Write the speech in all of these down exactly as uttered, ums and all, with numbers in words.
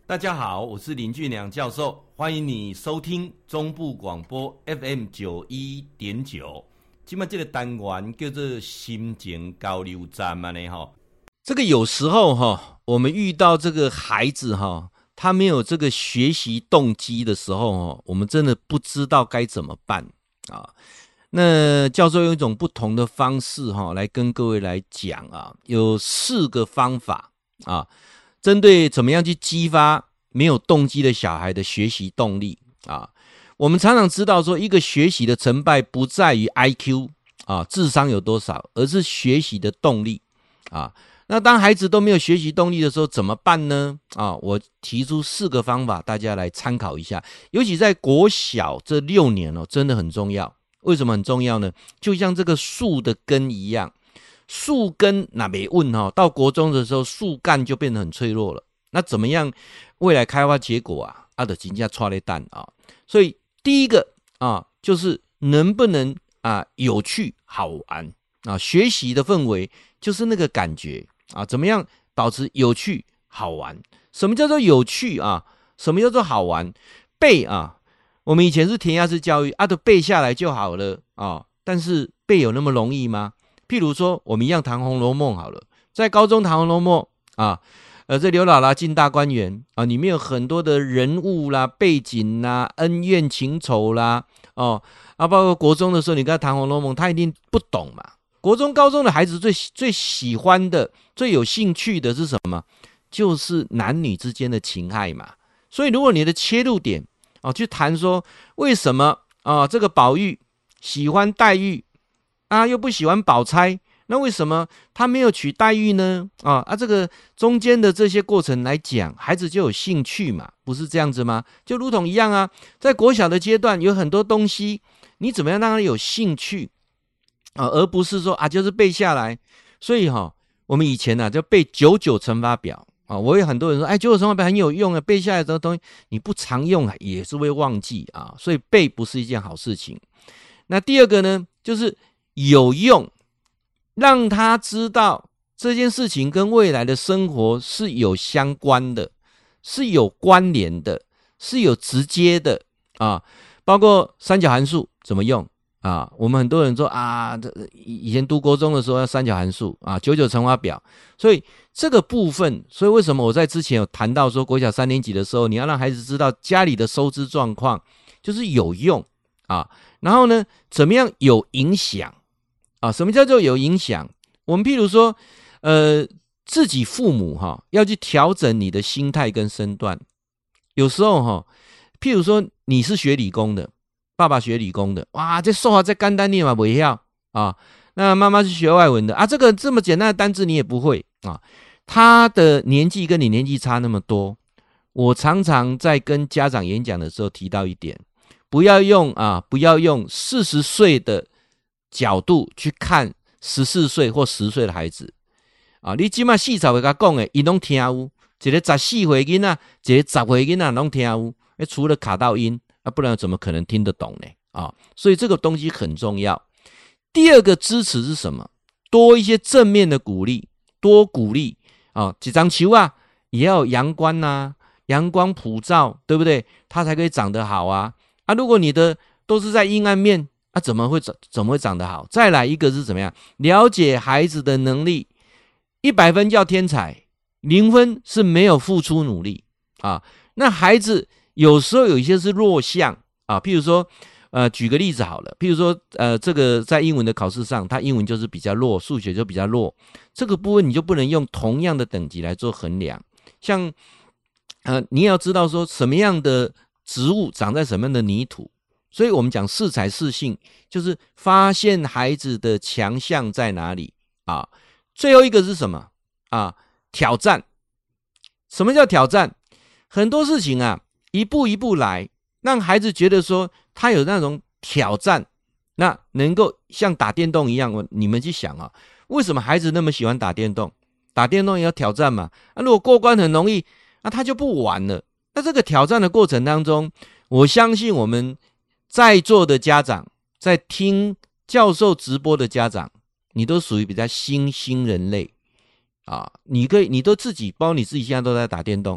大家好，我是林俊良教授，欢迎你收听中部广播 F M 九一点九。今麦这个单元叫做心情交流站嘛呢哈。这个有时候哈，我们遇到这个孩子哈，他没有这个学习动机的时候哈，我们真的不知道该怎么办啊。那教授用一种不同的方式哈，来跟各位来讲啊，有四个方法啊。针对怎么样去激发没有动机的小孩的学习动力啊，我们常常知道说，一个学习的成败不在于 I Q 啊，智商有多少，而是学习的动力啊。那当孩子都没有学习动力的时候，怎么办呢？啊，我提出四个方法，大家来参考一下。尤其在国小这六年哦，真的很重要。为什么很重要呢？就像这个树的根一样。树根那没问哈，到国中的时候，树干就变得很脆弱了。那怎么样未来开花结果啊？啊的真正抓了蛋啊！所以第一个啊，就是能不能啊有趣好玩啊，学习的氛围就是那个感觉啊，怎么样保持有趣好玩？什么叫做有趣啊？什么叫做好玩？背啊，我们以前是填鸭式教育啊，都背下来就好了啊，但是背有那么容易吗？譬如说，我们一样谈《红楼梦》好了，在高中谈《红楼梦》啊，呃，这刘姥姥进大观园啊，里面有很多的人物啦、背景啦、恩怨情仇啦，哦，啊，包括国中的时候，你跟他谈《红楼梦》，他一定不懂嘛。国中、高中的孩子最最喜欢的、最有兴趣的是什么？就是男女之间的情爱嘛。所以，如果你的切入点啊，去谈说为什么啊，这个宝玉喜欢黛玉。啊，又不喜欢宝钗，那为什么他没有娶黛玉呢？啊啊，这个中间的这些过程来讲，孩子就有兴趣嘛，不是这样子吗？就如同一样啊，在国小的阶段，有很多东西，你怎么样让他有兴趣啊，而不是说啊，就是背下来。所以哈、哦，我们以前呢、啊、就背九九乘法表啊，我有很多人说，哎，九九乘法表很有用啊，背下来这个东西你不常用也是会忘记啊，所以背不是一件好事情。那第二个呢，就是有用，让他知道这件事情跟未来的生活是有相关的，是有关联的，是有直接的啊。包括三角函数怎么用啊？我们很多人说啊，以前读国中的时候要三角函数啊，九九乘法表，所以这个部分，所以为什么我在之前有谈到说，国小三年级的时候，你要让孩子知道家里的收支状况，就是有用啊。然后呢，怎么样有影响？啊，什么叫做有影响？我们譬如说，呃，自己父母哈要去调整你的心态跟身段。有时候哈，譬如说你是学理工的，爸爸学理工的，哇，这数学这简单你嘛不会晓啊。那妈妈是学外文的啊，这个这么简单的单字你也不会啊。他的年纪跟你年纪差那么多，我常常在跟家长演讲的时候提到一点，不要用啊，不要用四十岁的角度去看十四岁或十岁的孩子啊，你起码四十岁跟他讲的，他都听有，一个十四岁的囡仔，一个十岁的囡仔都听有，除了卡到音啊，不然怎么可能听得懂呢？啊，所以这个东西很重要。第二个支持是什么？多一些正面的鼓励，多鼓励啊，几张球啊，也要有阳光啊，阳光普照，对不对？它才可以长得好啊。啊，如果你的都是在阴暗面，啊，怎么会怎么会长得好？再来一个是怎么样？了解孩子的能力，一百分叫天才，零分是没有付出努力啊。那孩子有时候有一些是弱项啊，譬如说，呃，举个例子好了，譬如说，呃，这个在英文的考试上，他英文就是比较弱，数学就比较弱，这个部分你就不能用同样的等级来做衡量。像，呃，你也要知道说什么样的植物长在什么样的泥土。所以我们讲适才适性，就是发现孩子的强项在哪里啊。最后一个是什么啊？挑战。什么叫挑战？很多事情啊，一步一步来，让孩子觉得说他有那种挑战，那能够像打电动一样。你们去想啊，为什么孩子那么喜欢打电动？打电动也要挑战嘛。啊，如果过关很容易，那他就不玩了。那这个挑战的过程当中，我相信我们在座的家长，在听教授直播的家长，你都属于比较新兴人类啊，你可以，你都自己，包括你自己现在都在打电动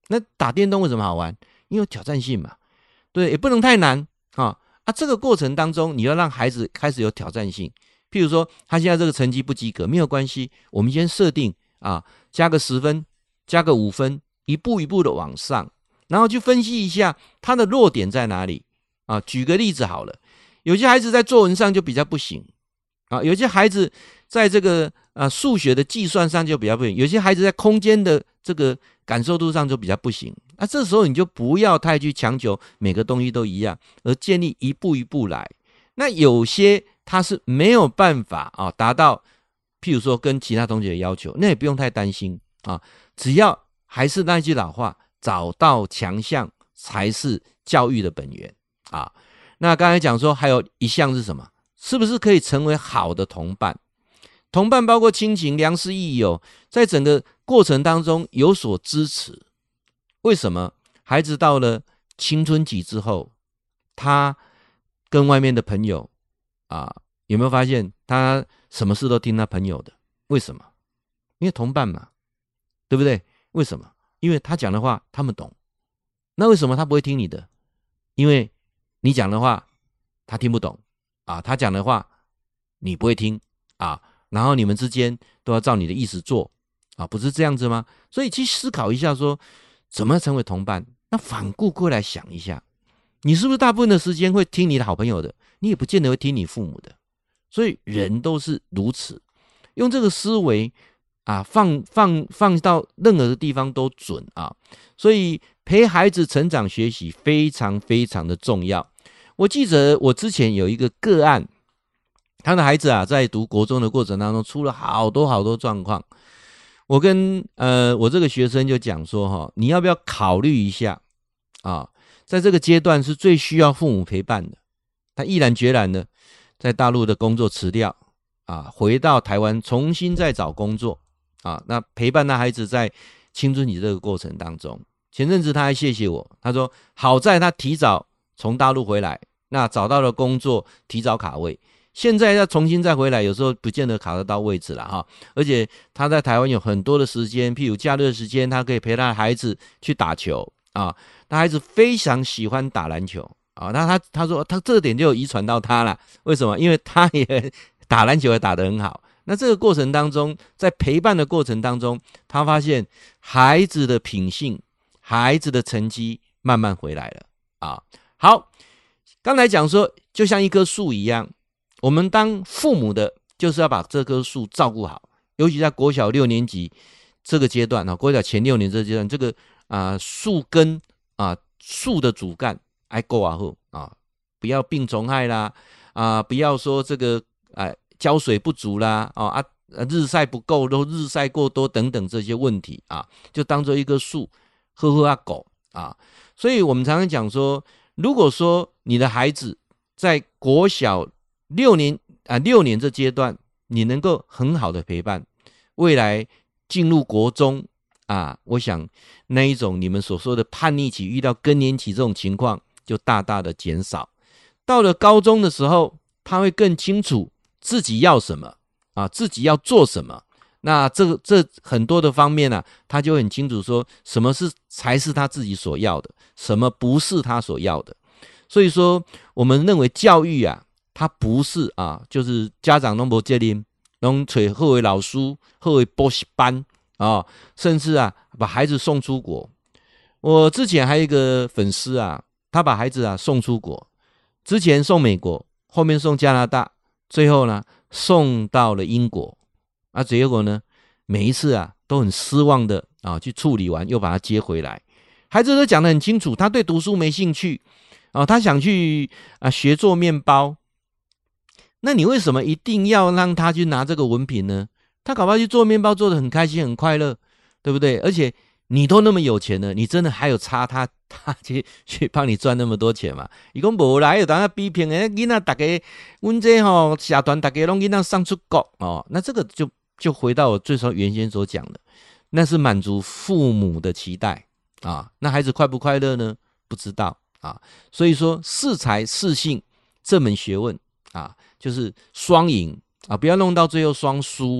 那打电动为什么好玩？因为有挑战性嘛，对，也不能太难啊啊！这个过程当中，你要让孩子开始有挑战性。譬如说，他现在这个成绩不及格，没有关系，我们先设定啊，加个十分，加个五分，一步一步的往上，然后去分析一下他的弱点在哪里啊。举个例子好了，有些孩子在作文上就比较不行啊，有些孩子在这个啊数学的计算上就比较不行，有些孩子在空间的这个感受度上就比较不行。那、啊、这时候你就不要太去强求每个东西都一样，而建立一步一步来。那有些他是没有办法啊达到，譬如说跟其他同学的要求，那也不用太担心啊。只要还是那句老话，找到强项才是教育的本源啊。那刚才讲说还有一项是什么？是不是可以成为好的同伴？同伴包括亲情、良师益友，在整个过程当中有所支持。为什么孩子到了青春期之后，他跟外面的朋友啊，有没有发现他什么事都听他朋友的？为什么？因为同伴嘛，对不对？为什么？因为他讲的话他们懂。那为什么他不会听你的？因为你讲的话他听不懂啊，他讲的话你不会听啊，然后你们之间都要照你的意思做啊，不是这样子吗？所以去思考一下说怎么成为同伴。那反顾过来想一下，你是不是大部分的时间会听你的好朋友的？你也不见得会听你父母的。所以人都是如此，用这个思维啊，放放放到任何的地方都准啊。所以陪孩子成长学习非常非常的重要。我记得我之前有一个个案，他的孩子啊，在读国中的过程当中出了好多好多状况。我跟呃我这个学生就讲说哈，你要不要考虑一下啊？在这个阶段是最需要父母陪伴的。他毅然决然的在大陆的工作辞掉啊，回到台湾重新再找工作啊。那陪伴那孩子在青春期这个过程当中，前阵子他还谢谢我，他说好在他提早从大陆回来，那找到了工作，提早卡位。现在要重新再回来，有时候不见得卡得到位置了哈。而且他在台湾有很多的时间，譬如假日的时间，他可以陪他的孩子去打球啊。他孩子非常喜欢打篮球啊。那他他说他这点就有遗传到他了，为什么？因为他也打篮球也打得很好。那这个过程当中，在陪伴的过程当中，他发现孩子的品性、孩子的成绩慢慢回来了啊。好，刚才讲说，就像一棵树一样。我们当父母的，就是要把这棵树照顾好，尤其在国小六年级这个阶段，国小前六年这个阶段，这个啊树根啊树的主干要顾好啊，不要病虫害啦啊，不要说这个啊浇水不足啦啊日晒不够都日晒过多等等这些问题啊，就当做一棵树呵呵啊狗啊。所以我们常常讲说，如果说你的孩子在国小六年啊，六年这阶段，你能够很好的陪伴，未来进入国中啊，我想那一种你们所说的叛逆期、遇到更年期这种情况，就大大的减少。到了高中的时候，他会更清楚自己要什么啊，自己要做什么。那这这很多的方面啊，他就很清楚说什么是才是他自己所要的，什么不是他所要的。所以说，我们认为教育啊。他不是啊，就是家长都没责任，都找好的老师、好的补习班啊，甚至啊把孩子送出国。我之前还有一个粉丝啊，他把孩子啊送出国，之前送美国，后面送加拿大，最后呢送到了英国。啊，结果呢每一次啊都很失望的啊去处理完，又把他接回来。孩子都讲得很清楚，他对读书没兴趣啊，他想去啊学做面包。那你为什么一定要让他去拿这个文凭呢？他搞不好去做面包做得很开心很快乐，对不对？而且你都那么有钱了，你真的还有差他他去去帮你赚那么多钱嘛？他说没啦，有当他批评诶，囡仔大家阮这吼社团大家拢囡仔上出国哦，那这个就就回到我最初原先所讲的，那是满足父母的期待啊。那孩子快不快乐呢？不知道啊。所以说适才适性这门学问啊。就是双赢啊，不要弄到最后双输啦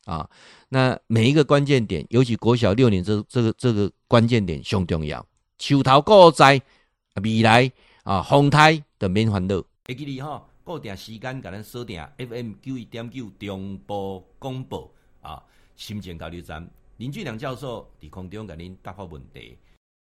啊。那每一个关键点，尤其国小六年这这个这个关键点上重要。树头果在未来啊，风台的免烦恼。 会记你吼，固定时间甲咱锁定 F M 九一点九中部广播啊，心情交流站林俊良教授伫空中甲您答复问题。